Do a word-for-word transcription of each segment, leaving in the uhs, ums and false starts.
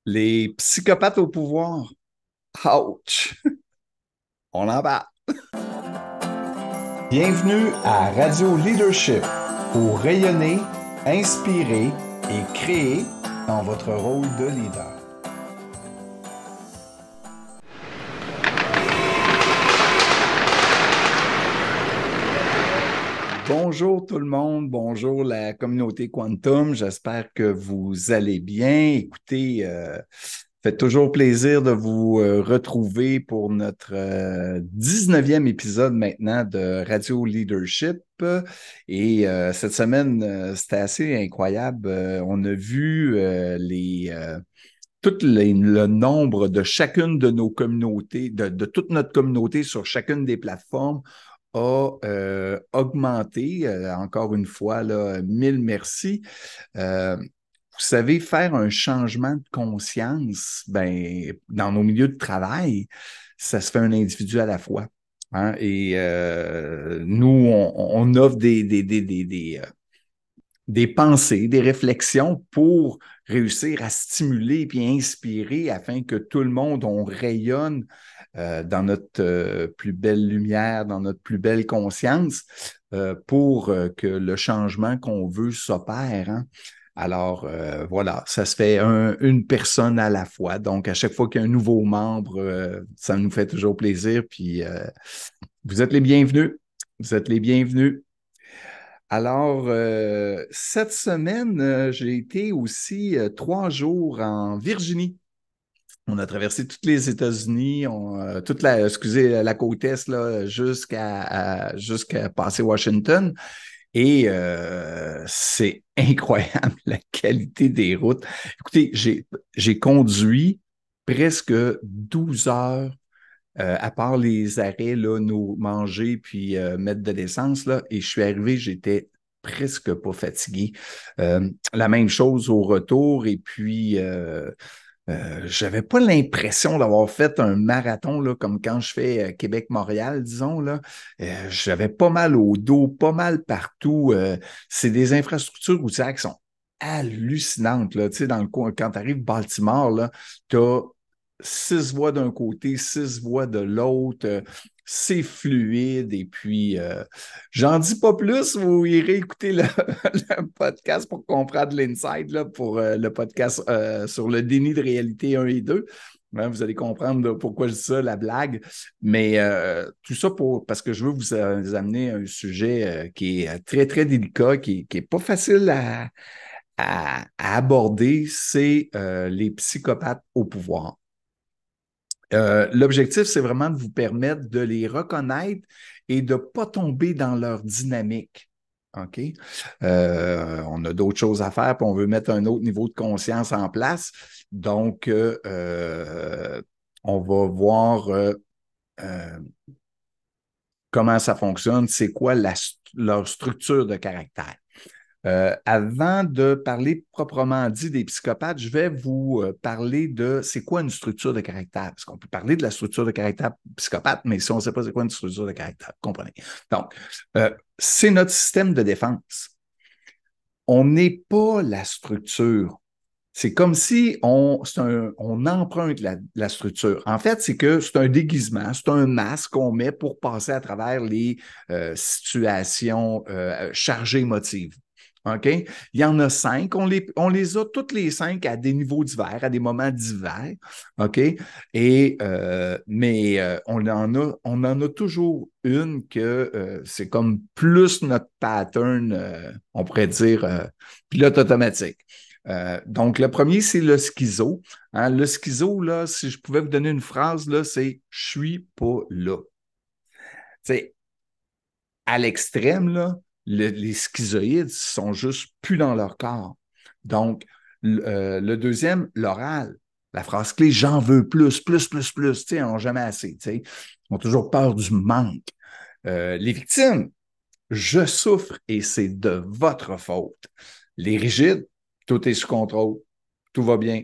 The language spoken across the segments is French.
Les psychopathes au pouvoir. Ouch! On en parle. Bienvenue à Radio Leadership pour rayonner, inspirer et créer dans votre rôle de leader. Bonjour tout le monde, bonjour la communauté Quantum, j'espère que vous allez bien. Écoutez, euh, fait toujours plaisir de vous euh, retrouver pour notre euh, dix-neuvième épisode maintenant de Radio Leadership. Et euh, cette semaine, euh, c'était assez incroyable. Euh, on a vu euh, les... Euh, tout les- le nombre de chacune de nos communautés, de, de toute notre communauté sur chacune des plateformes a euh, augmenté. Euh, encore une fois, là, mille merci. Euh, vous savez, faire un changement de conscience, ben, dans nos milieux de travail, ça se fait un individu à la fois. Hein? Et euh, nous, on, on offre des, des, des, des, des, euh, des pensées, des réflexions pour réussir à stimuler puis inspirer afin que tout le monde, on rayonne euh, dans notre euh, plus belle lumière, dans notre plus belle conscience euh, pour euh, que le changement qu'on veut s'opère. Hein. Alors, euh, voilà, ça se fait un, une personne à la fois. Donc, à chaque fois qu'il y a un nouveau membre, euh, ça nous fait toujours plaisir. Puis, euh, vous êtes les bienvenus. Vous êtes les bienvenus. Alors, euh, cette semaine, euh, j'ai été aussi euh, trois jours en Virginie. On a traversé tous les États-Unis, on, euh, toute la, excusez, la côte est là, jusqu'à à- jusqu'à passer Washington. Et euh, c'est incroyable la qualité des routes. Écoutez, j'ai, j'ai conduit presque douze heures euh, à part les arrêts, là, nous manger puis euh, mettre de l'essence, là, et je suis arrivé, j'étais presque pas fatigué. Euh, la même chose au retour, et puis euh, euh, j'avais pas l'impression d'avoir fait un marathon là, comme quand je fais euh, Québec-Montréal, disons. Là. Euh, j'avais pas mal au dos, pas mal partout. Euh, c'est des infrastructures routières qui sont hallucinantes. Là. Tu sais, dans le coin, quand tu arrives à Baltimore, là, tu as six voies d'un côté, six voies de l'autre. Euh, c'est fluide. Et puis, euh, j'en dis pas plus. Vous irez écouter le, le podcast pour comprendre l'inside, là, pour euh, le podcast euh, sur le déni de réalité un et deux. Hein, vous allez comprendre là, pourquoi je dis ça, la blague. Mais euh, tout ça pour parce que je veux vous, euh, vous amener à un sujet euh, qui est très, très délicat, qui n'est pas facile à, à, à aborder, c'est euh, les psychopathes au pouvoir. Euh, l'objectif, c'est vraiment de vous permettre de les reconnaître et de ne pas tomber dans leur dynamique. OK? Euh, on a d'autres choses à faire, puis on veut mettre un autre niveau de conscience en place. Donc, euh, euh, on va voir euh, euh, comment ça fonctionne, c'est quoi la, leur structure de caractère. Euh, avant de parler proprement dit des psychopathes, je vais vous euh, parler de c'est quoi une structure de caractère. Parce qu'on peut parler de la structure de caractère psychopathe, mais si on ne sait pas c'est quoi une structure de caractère, vous comprenez. Donc, euh, c'est notre système de défense. On n'est pas la structure. C'est comme si on, un, on emprunte la, la, structure. En fait, c'est que c'est un déguisement, c'est un masque qu'on met pour passer à travers les euh, situations euh, chargées émotives. OK? Il y en a cinq. On les, on les a toutes les cinq à des niveaux divers, à des moments divers. OK? Et, euh, mais euh, on, en a, on en a toujours une que euh, c'est comme plus notre pattern, euh, on pourrait dire, euh, pilote automatique. Euh, donc, le premier, c'est le schizo. Hein, le schizo, là, si je pouvais vous donner une phrase, là, c'est « je suis pas là ». C'est à l'extrême, là, le, les schizoïdes sont juste plus dans leur corps. Donc, le, euh, le deuxième, l'oral. La phrase clé « j'en veux plus, plus, plus, plus », tu sais, on jamais assez, tu sais. Ils ont toujours peur du manque. Euh, les victimes, je souffre et c'est de votre faute. Les rigides, tout est sous contrôle, tout va bien.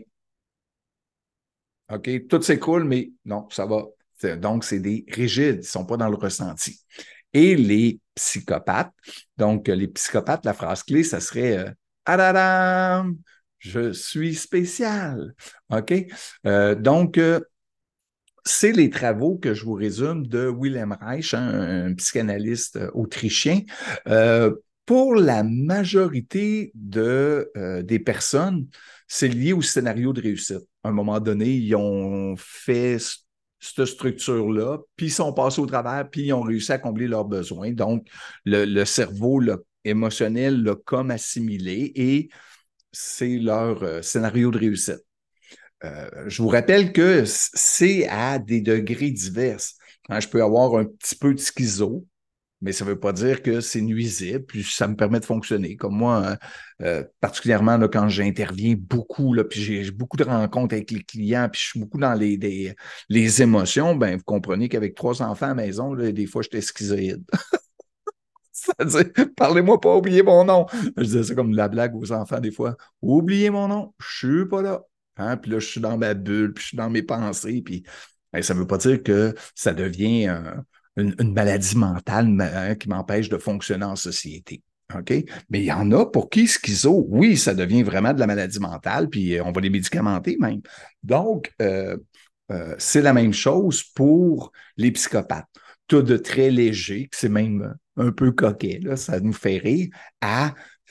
OK, tout s'écroule, mais non, ça va. Donc, c'est des rigides, ils ne sont pas dans le ressenti. Et les psychopathes, donc les psychopathes, la phrase clé, ça serait euh, Adadam, Je suis spécial. OK? Euh, donc, euh, c'est les travaux que je vous résume de Wilhelm Reich, hein, un psychanalyste autrichien. Euh, pour la majorité de, euh, des personnes, c'est lié au scénario de réussite. À un moment donné, ils ont fait cette structure-là, puis ils sont passés au travers, puis ils ont réussi à combler leurs besoins. Donc, le, le cerveau le, émotionnel l'a comme assimilé et c'est leur euh, scénario de réussite. Euh, je vous rappelle que c'est à des degrés divers. Hein, je peux avoir un petit peu de schizo, mais ça ne veut pas dire que c'est nuisible, puis ça me permet de fonctionner. Comme moi, hein, euh, particulièrement là, quand j'interviens beaucoup, là, puis j'ai beaucoup de rencontres avec les clients, puis je suis beaucoup dans les, des, les émotions, ben, vous comprenez qu'avec trois enfants à la maison, là, des fois, j'étais schizoïde. C'est-à-dire, parlez-moi pas, oubliez mon nom. Je disais ça comme de la blague aux enfants des fois. Oubliez mon nom, je suis pas là. Hein? Puis là, je suis dans ma bulle, puis je suis dans mes pensées. Puis hey, ça ne veut pas dire que ça devient euh, une, une, maladie mentale hein, qui m'empêche de fonctionner en société. OK? Mais il y en a pour qui schizo, oui, ça devient vraiment de la maladie mentale, puis on va les médicamenter même. Donc, euh, euh, c'est la même chose pour les psychopathes. Tout de très léger, c'est même un peu coquet, là, ça nous fait rire, à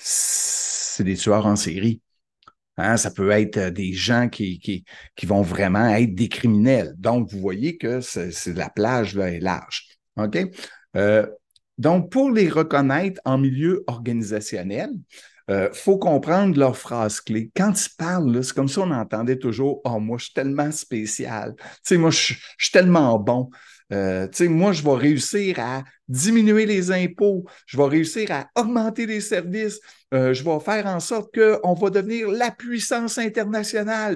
c'est des tueurs en série. Hein, ça peut être des gens qui, qui, qui vont vraiment être des criminels. Donc, vous voyez que c'est, c'est la plage là, est large. OK? Euh, donc, pour les reconnaître en milieu organisationnel, il euh, faut comprendre leurs phrases clés. Quand ils parlent, là, c'est comme si on entendait toujours « Oh, moi, je suis tellement spécial. Tu sais, moi, je, je suis tellement bon. Euh, tu sais, moi, je vais réussir à diminuer les impôts. Je vais réussir à augmenter les services. Euh, je vais faire en sorte qu'on va devenir la puissance internationale. »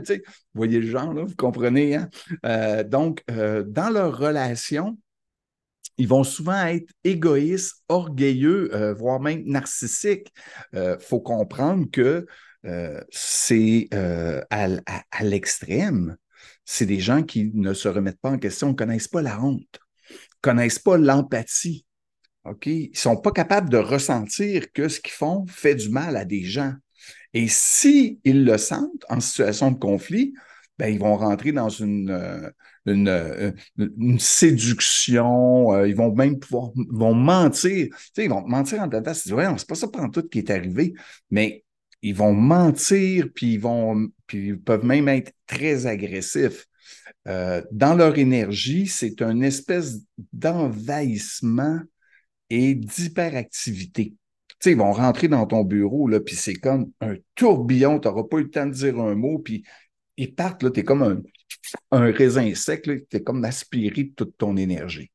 Tu sais, vous voyez le genre, là, vous comprenez, hein? Euh, donc, euh, dans leurs relations, ils vont souvent être égoïstes, orgueilleux, euh, voire même narcissiques. Il euh, faut comprendre que euh, c'est euh, à, à, à l'extrême. C'est des gens qui ne se remettent pas en question, ne connaissent pas la honte, ne connaissent pas l'empathie. OK? Ils ne sont pas capables de ressentir que ce qu'ils font fait du mal à des gens. Et s'ils le sentent en situation de conflit, ben, ils vont rentrer dans une, euh, une, euh, une séduction, euh, ils vont même pouvoir vont mentir. Tu sais, ils vont mentir en tête, c'est ouais, c'est pas ça tout qui est arrivé, mais ils vont mentir, puis ils vont puis ils peuvent même être très agressifs. Euh, dans leur énergie, c'est une espèce d'envahissement et d'hyperactivité. Tu sais, ils vont rentrer dans ton bureau, là, puis c'est comme un tourbillon, tu n'auras pas eu le temps de dire un mot, puis ils partent, là, tu es comme un, un raisin sec, tu es comme aspiré de toute ton énergie.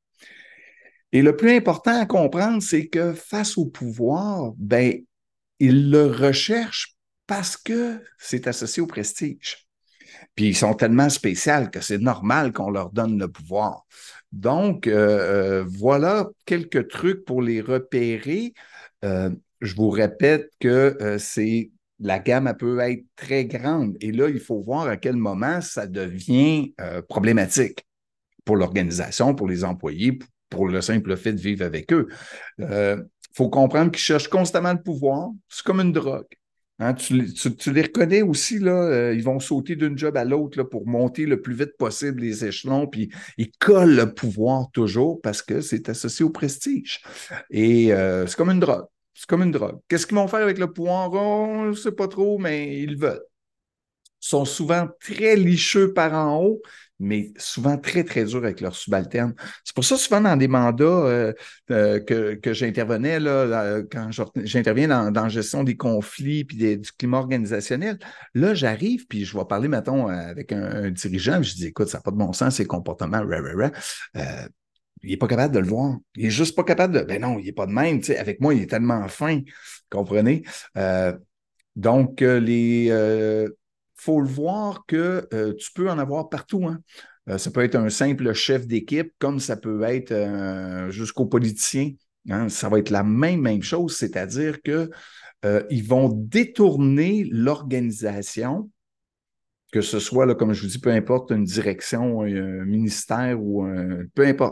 Et le plus important à comprendre, c'est que face au pouvoir, ben, ils le recherchent parce que c'est associé au prestige. Puis ils sont tellement spéciaux que c'est normal qu'on leur donne le pouvoir. Donc, euh, euh, voilà quelques trucs pour les repérer. Euh, je vous répète que euh, c'est la gamme elle peut être très grande. Et là, il faut voir à quel moment ça devient euh, problématique pour l'organisation, pour les employés, pour le simple fait de vivre avec eux. Il euh, faut comprendre qu'ils cherchent constamment le pouvoir. C'est comme une drogue. Hein, tu, tu, tu, les reconnais aussi, là, euh, ils vont sauter d'une job à l'autre là, pour monter le plus vite possible les échelons, puis ils collent le pouvoir toujours parce que c'est associé au prestige. Et euh, c'est comme une drogue. C'est comme une drogue. Qu'est-ce qu'ils vont faire avec le pouvoir? On ne sait pas trop, mais ils veulent. Ils sont souvent très licheux par en haut, mais souvent très, très durs avec leurs subalternes. C'est pour ça, souvent, dans des mandats euh, euh, que, que j'intervenais, là, quand j'interviens dans, dans la gestion des conflits puis des, du climat organisationnel, là, j'arrive puis je vais parler, mettons, avec un, un dirigeant, je dis, écoute, ça n'a pas de bon sens, ces comportements, rah, rah, rah. Euh, il n'est pas capable de le voir. Il n'est juste pas capable de. Ben non, il n'est pas de même. Tu sais, avec moi, il est tellement fin. Comprenez? Euh, donc, euh, les. Euh, faut le voir que euh, tu peux en avoir partout. Hein. Euh, ça peut être un simple chef d'équipe, comme ça peut être euh, jusqu'aux politiciens. Hein. Ça va être la même, même chose, c'est-à-dire qu'ils euh, vont détourner l'organisation, que ce soit, là, comme je vous dis, peu importe, une direction, un ministère ou un, peu importe.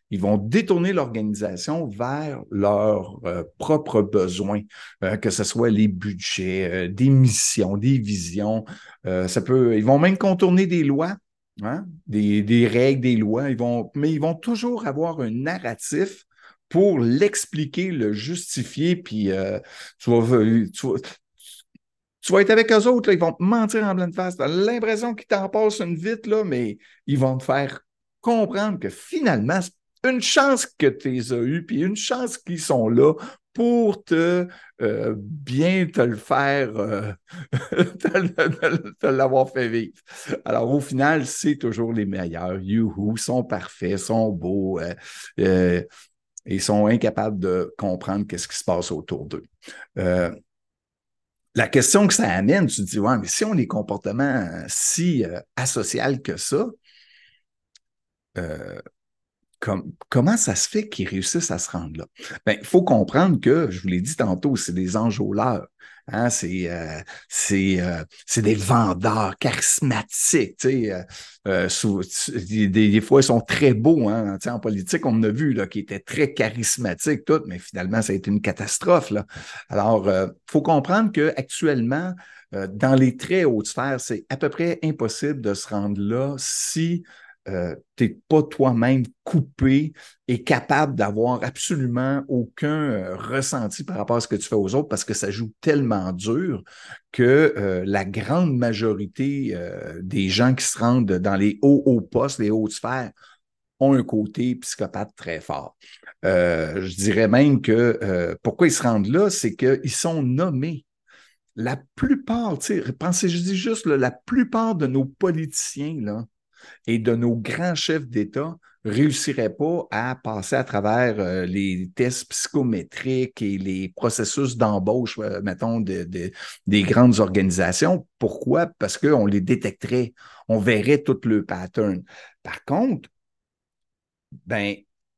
Ils vont détourner l'organisation vers leurs euh, propres besoins, euh, que ce soit les budgets, euh, des missions, des visions. Euh, ça peut, ils vont même contourner des lois, hein, des, des règles, des lois. Ils vont, mais ils vont toujours avoir un narratif pour l'expliquer, le justifier, puis euh, tu vas, tu vas, tu vas être avec eux autres, là, ils vont te mentir en pleine face. Tu as l'impression qu'ils t'en passent une vite, là, mais ils vont te faire comprendre que finalement, c'est une chance que tu les as eus, puis une chance qu'ils sont là pour te euh, bien te le faire, euh, te, te l'avoir fait vivre. Alors, au final, c'est toujours les meilleurs. Youhou, sont parfaits, sont beaux, euh, euh, et sont incapables de comprendre qu'est-ce qui se passe autour d'eux. Euh, La question que ça amène, tu te dis, ouais, mais si on a des comportements si euh, asociaux que ça, euh, com- comment ça se fait qu'ils réussissent à se rendre là? Bien, il faut comprendre que, je vous l'ai dit tantôt, c'est des enjôleurs. Hein, c'est euh, c'est euh, c'est des vendeurs charismatiques. Tu sais, euh, euh, sous- des, des fois, ils sont très beaux. Hein, tu sais, en politique, on en a vu là, qui étaient très charismatiques, tout, mais finalement, ça a été une catastrophe. Là. Alors, il euh, faut comprendre qu'actuellement, euh, dans les très hautes sphères, c'est à peu près impossible de se rendre là si euh, tu n'es pas toi-même coupé et capable d'avoir absolument aucun euh, ressenti par rapport à ce que tu fais aux autres parce que ça joue tellement dur que euh, la grande majorité euh, des gens qui se rendent dans les hauts, hauts postes, les hautes sphères, ont un côté psychopathe très fort. Euh, je dirais même que euh, pourquoi ils se rendent là, c'est qu'ils sont nommés. La plupart, tu sais, pensez, je dis juste, là, la plupart de nos politiciens, là, et de nos grands chefs d'État ne réussiraient pas à passer à travers euh, les tests psychométriques et les processus d'embauche, euh, mettons, de, de, des grandes organisations. Pourquoi? Parce qu'on les détecterait, on verrait tout le pattern. Par contre, ben,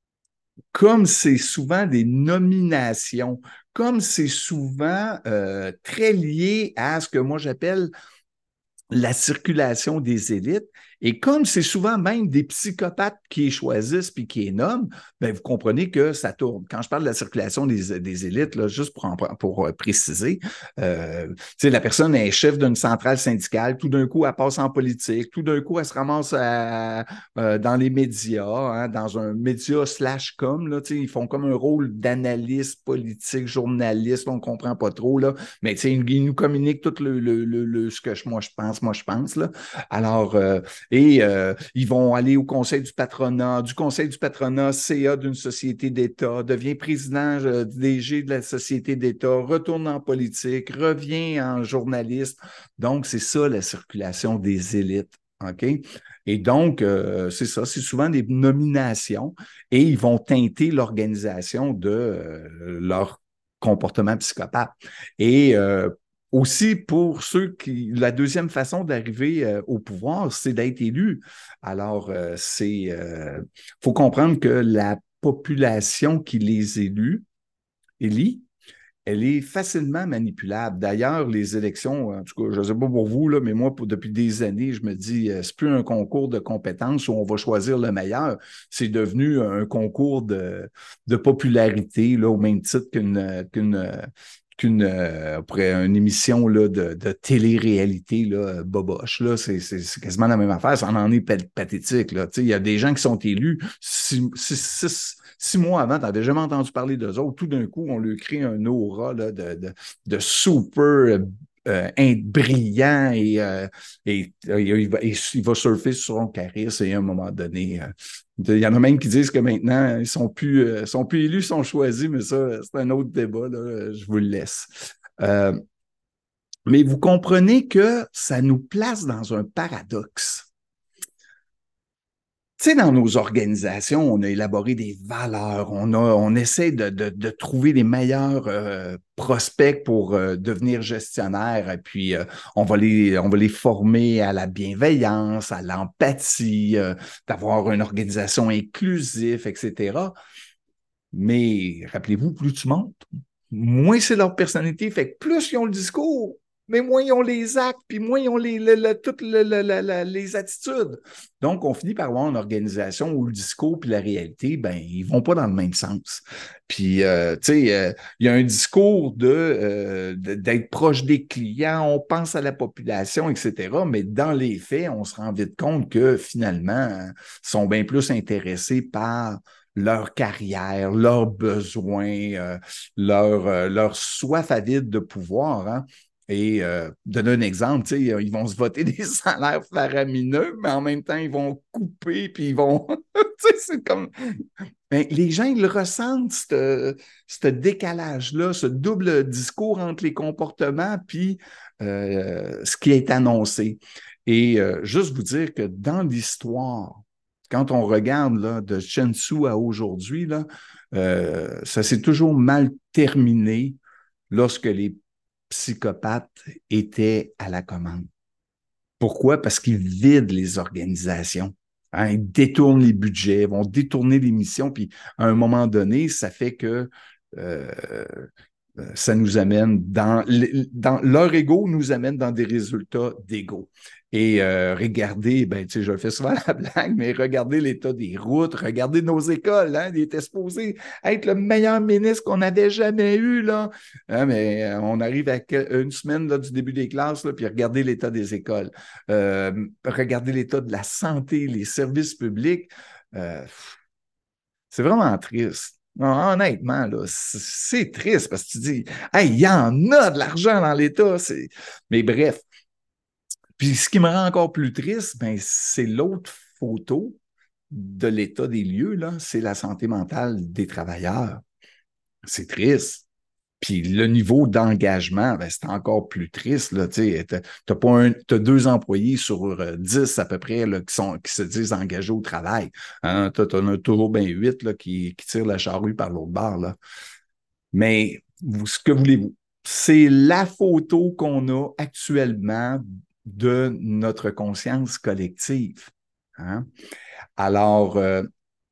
comme c'est souvent des nominations, comme c'est souvent euh, très lié à ce que moi j'appelle la circulation des élites. Et comme c'est souvent même des psychopathes qui les choisissent puis qui les nomment, ben vous comprenez que ça tourne. Quand je parle de la circulation des, des élites, là, juste pour, en, pour préciser, euh, la personne est chef d'une centrale syndicale, tout d'un coup, elle passe en politique, tout d'un coup, elle se ramasse à, euh, dans les médias, hein, dans un média slash com, là, ils font comme un rôle d'analyste politique, journaliste, on ne comprend pas trop, là, mais ils, ils nous communiquent tout le, le, le, le ce que je, moi je pense, moi je pense. Là. Alors, euh, et euh, ils vont aller au conseil du patronat, du conseil du patronat, C A d'une société d'État, devient président euh, D G de la société d'État, retourne en politique, revient en journaliste. Donc, c'est ça la circulation des élites. OK? Et donc, euh, c'est ça, c'est souvent des nominations et ils vont teinter l'organisation de euh, leur comportement psychopathe. Et euh, aussi, pour ceux qui, la deuxième façon d'arriver euh, au pouvoir, c'est d'être élu. Alors, euh, c'est, euh, faut comprendre que la population qui les élue, élit, elle est facilement manipulable. D'ailleurs, les élections, en tout cas, je ne sais pas pour vous, là, mais moi, pour, depuis des années, je me dis, euh, c'est plus un concours de compétences où on va choisir le meilleur. C'est devenu un concours de, de popularité, là, au même titre qu'une, qu'une, qu'une euh, une émission là, de, de télé-réalité là, boboche. Là, c'est, c'est, c'est quasiment la même affaire. Ça en est pathétique. Là. Il y a des gens qui sont élus six, six, six, six mois avant, tu n'avais jamais entendu parler d'eux autres. Tout d'un coup, on lui crée un aura là, de, de, de super euh, brillant et, euh, et, et, il va, et il va surfer sur son charisme et à un moment donné, euh, il y en a même qui disent que maintenant, ils sont plus, euh, sont plus élus, ils sont choisis, mais ça, c'est un autre débat, là, je vous le laisse. Euh, mais vous comprenez que ça nous place dans un paradoxe. Tu sais, dans nos organisations, on a élaboré des valeurs, on, a, on essaie de, de, de trouver les meilleurs euh, prospects pour euh, devenir gestionnaire, et puis euh, on, va les, on va les former à la bienveillance, à l'empathie, euh, d'avoir une organisation inclusive, et cetera. Mais rappelez-vous, plus tu montes, moins c'est leur personnalité, fait que plus ils ont le discours, mais moins ils ont les actes, puis moins ils ont les, le, le, toutes le, le, le, les attitudes. Donc, on finit par avoir une organisation où le discours puis la réalité, ben, ils vont pas dans le même sens. Puis, euh, tu sais, euh, il y a un discours de, euh, de, d'être proche des clients, on pense à la population, et cetera. Mais dans les faits, on se rend vite compte que finalement, ils sont bien plus intéressés par leur carrière, leurs besoins, euh, leur, euh, leur soif avide de pouvoir. Hein? Et euh, donner un exemple, tu sais, ils vont se voter des salaires faramineux, mais en même temps, ils vont couper, puis ils vont... tu sais, c'est comme... Ben, les gens, ils le ressentent, ce décalage-là, ce double discours entre les comportements puis euh, ce qui est annoncé. Et euh, juste vous dire que dans l'histoire, quand on regarde là, de Sun Tzu à aujourd'hui, là, euh, ça s'est toujours mal terminé lorsque les psychopathes étaient à la commande. Pourquoi? Parce qu'ils vident les organisations. Hein, ils détournent les budgets, vont détourner les missions, puis à un moment donné, ça fait que euh, ça nous amène dans, dans leur ego nous amène dans des résultats d'ego. Et euh, regardez, ben, tu sais, je le fais souvent la blague, mais regardez l'état des routes, regardez nos écoles, hein, il était supposé être le meilleur ministre qu'on avait jamais eu, là. Hein, mais euh, on arrive à une semaine là, du début des classes, là, puis regardez l'état des écoles. Euh, regardez l'état de la santé, les services publics. Euh, c'est vraiment triste. Non, honnêtement, là, c'est triste parce que tu dis, hey, il y en a de l'argent dans l'État. Mais bref. Puis ce qui me rend encore plus triste, ben, c'est l'autre photo de l'état des lieux, là, c'est la santé mentale des travailleurs. C'est triste. Puis le niveau d'engagement, ben, c'est encore plus triste. Tu as, pas un, t'as deux employés sur euh, dix à peu près là, qui, sont, qui se disent engagés au travail. Hein? Tu en as toujours bien huit là, qui, qui tirent la charrue par l'autre bord. Là. Mais vous, ce que voulez-vous? C'est la photo qu'on a actuellement de notre conscience collective. Hein? Alors, euh,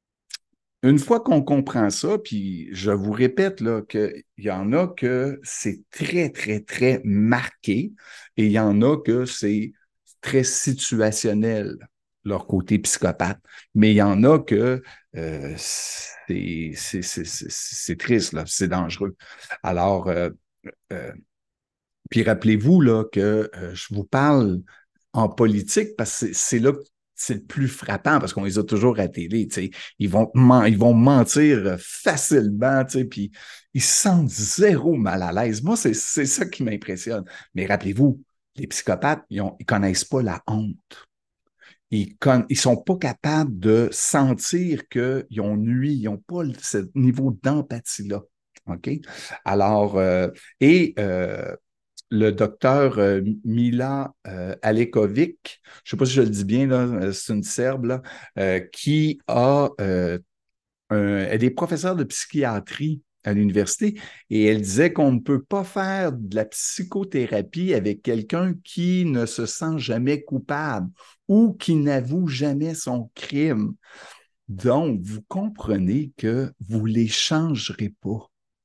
une fois qu'on comprend ça, puis je vous répète là, qu'il y en a que c'est très, très, très marqué et il y en a que c'est très situationnel, leur côté psychopathe. Mais il y en a que euh, c'est, c'est, c'est, c'est triste, là, c'est dangereux. Alors, euh, euh, puis rappelez-vous là, que euh, je vous parle en politique parce que c'est là que c'est le plus frappant parce qu'on les a toujours à la télé. T'sais. Ils vont, ils vont mentir facilement, puis ils se sentent zéro mal à l'aise. Moi, c'est ça qui m'impressionne. Mais rappelez-vous, les psychopathes, ils ne connaissent pas la honte. Ils ne sont pas capables de sentir qu'ils ont nui, ils n'ont pas ce niveau d'empathie-là. OK? Alors, euh, et euh, le docteur euh, Mila euh, Alekovic, je ne sais pas si je le dis bien, là, c'est une Serbe, là, euh, qui a, euh, un, elle est professeure de psychiatrie à l'université et elle disait qu'on ne peut pas faire de la psychothérapie avec quelqu'un qui ne se sent jamais coupable ou qui n'avoue jamais son crime. Donc, vous comprenez que vous ne les changerez pas.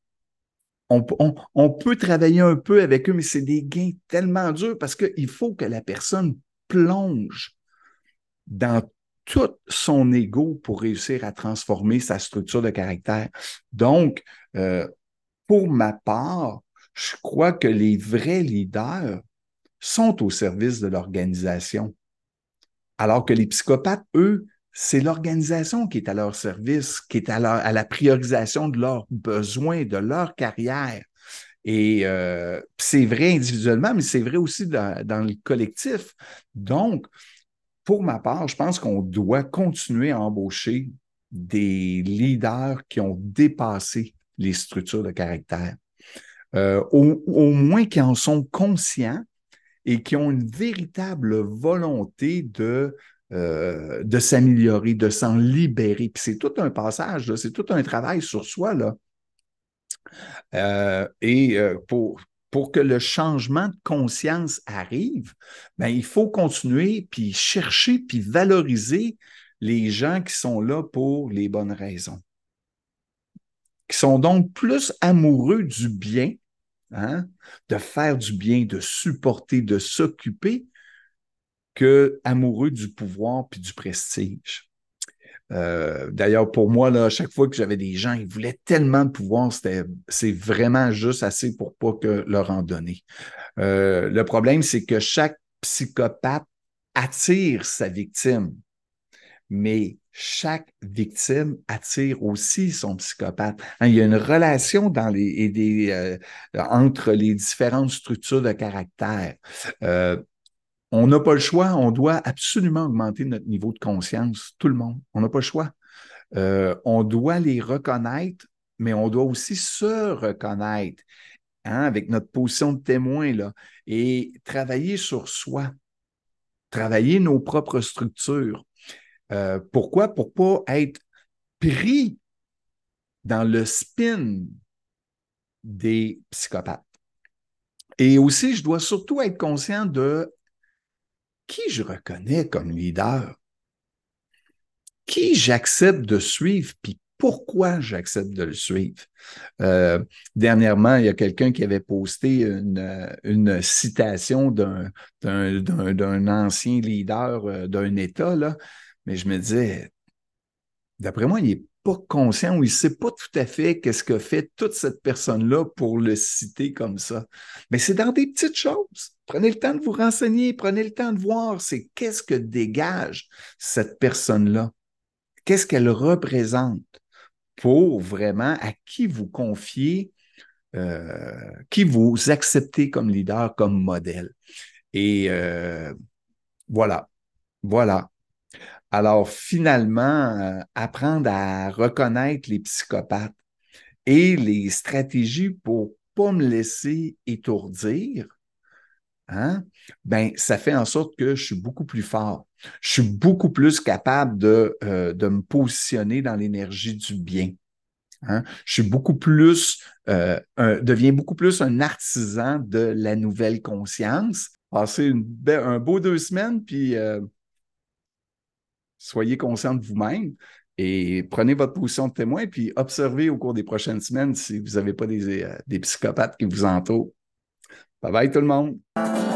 On, on, on, peut travailler un peu avec eux, mais c'est des gains tellement durs parce qu'il faut que la personne plonge dans tout son ego pour réussir à transformer sa structure de caractère. Donc, euh, pour ma part, je crois que les vrais leaders sont au service de l'organisation, alors que les psychopathes, eux, c'est l'organisation qui est à leur service, qui est à, leur, à la priorisation de leurs besoins, de leur carrière. Et euh, c'est vrai individuellement, mais c'est vrai aussi dans, dans le collectif. Donc, pour ma part, je pense qu'on doit continuer à embaucher des leaders qui ont dépassé les structures de caractère, euh, au, au moins qui en sont conscients et qui ont une véritable volonté de, euh, de s'améliorer, de s'en libérer. Puis c'est tout un passage, là, c'est tout un travail sur soi, là. Euh, et euh, pour, pour que le changement de conscience arrive, ben, il faut continuer, puis chercher, puis valoriser les gens qui sont là pour les bonnes raisons, qui sont donc plus amoureux du bien, hein, de faire du bien, de supporter, de s'occuper, que amoureux du pouvoir puis du prestige. Euh, d'ailleurs, pour moi, là, à chaque fois que j'avais des gens, ils voulaient tellement de pouvoir, c'était, c'est vraiment juste assez pour pas que leur en donner. Euh, le problème, c'est que chaque psychopathe attire sa victime, mais chaque victime attire aussi son psychopathe. Hein, il y a une relation dans les, et des, euh, entre les différentes structures de caractère. Euh, on n'a pas le choix, on doit absolument augmenter notre niveau de conscience, tout le monde. On n'a pas le choix. Euh, on doit les reconnaître, mais on doit aussi se reconnaître, hein, avec notre position de témoin, là, et travailler sur soi, travailler nos propres structures. Euh, pourquoi? Pour ne pas être pris dans le spin des psychopathes. Et aussi, je dois surtout être conscient de qui je reconnais comme leader, qui j'accepte de suivre, puis pourquoi j'accepte de le suivre. Euh, dernièrement, il y a quelqu'un qui avait posté une, une citation d'un, d'un, d'un, d'un ancien leader euh, d'un État, là, mais je me disais, d'après moi, il n'est pas conscient ou il ne sait pas tout à fait qu'est-ce que fait toute cette personne-là pour le citer comme ça. Mais c'est dans des petites choses. Prenez le temps de vous renseigner, prenez le temps de voir, c'est qu'est-ce que dégage cette personne-là. Qu'est-ce qu'elle représente pour vraiment à qui vous confiez, euh, qui vous acceptez comme leader, comme modèle. Et euh, voilà, voilà. Alors, finalement, euh, apprendre à reconnaître les psychopathes et les stratégies pour ne pas me laisser étourdir, hein, ben, ça fait en sorte que je suis beaucoup plus fort. Je suis beaucoup plus capable de, euh, de me positionner dans l'énergie du bien. Hein? Je suis beaucoup plus, euh, un, deviens beaucoup plus un artisan de la nouvelle conscience. Passez une be- un beau deux semaines, puis euh, soyez conscient de vous-même et prenez votre position de témoin, puis observez au cours des prochaines semaines si vous n'avez pas des, euh, des psychopathes qui vous entourent. Bye bye tout le monde!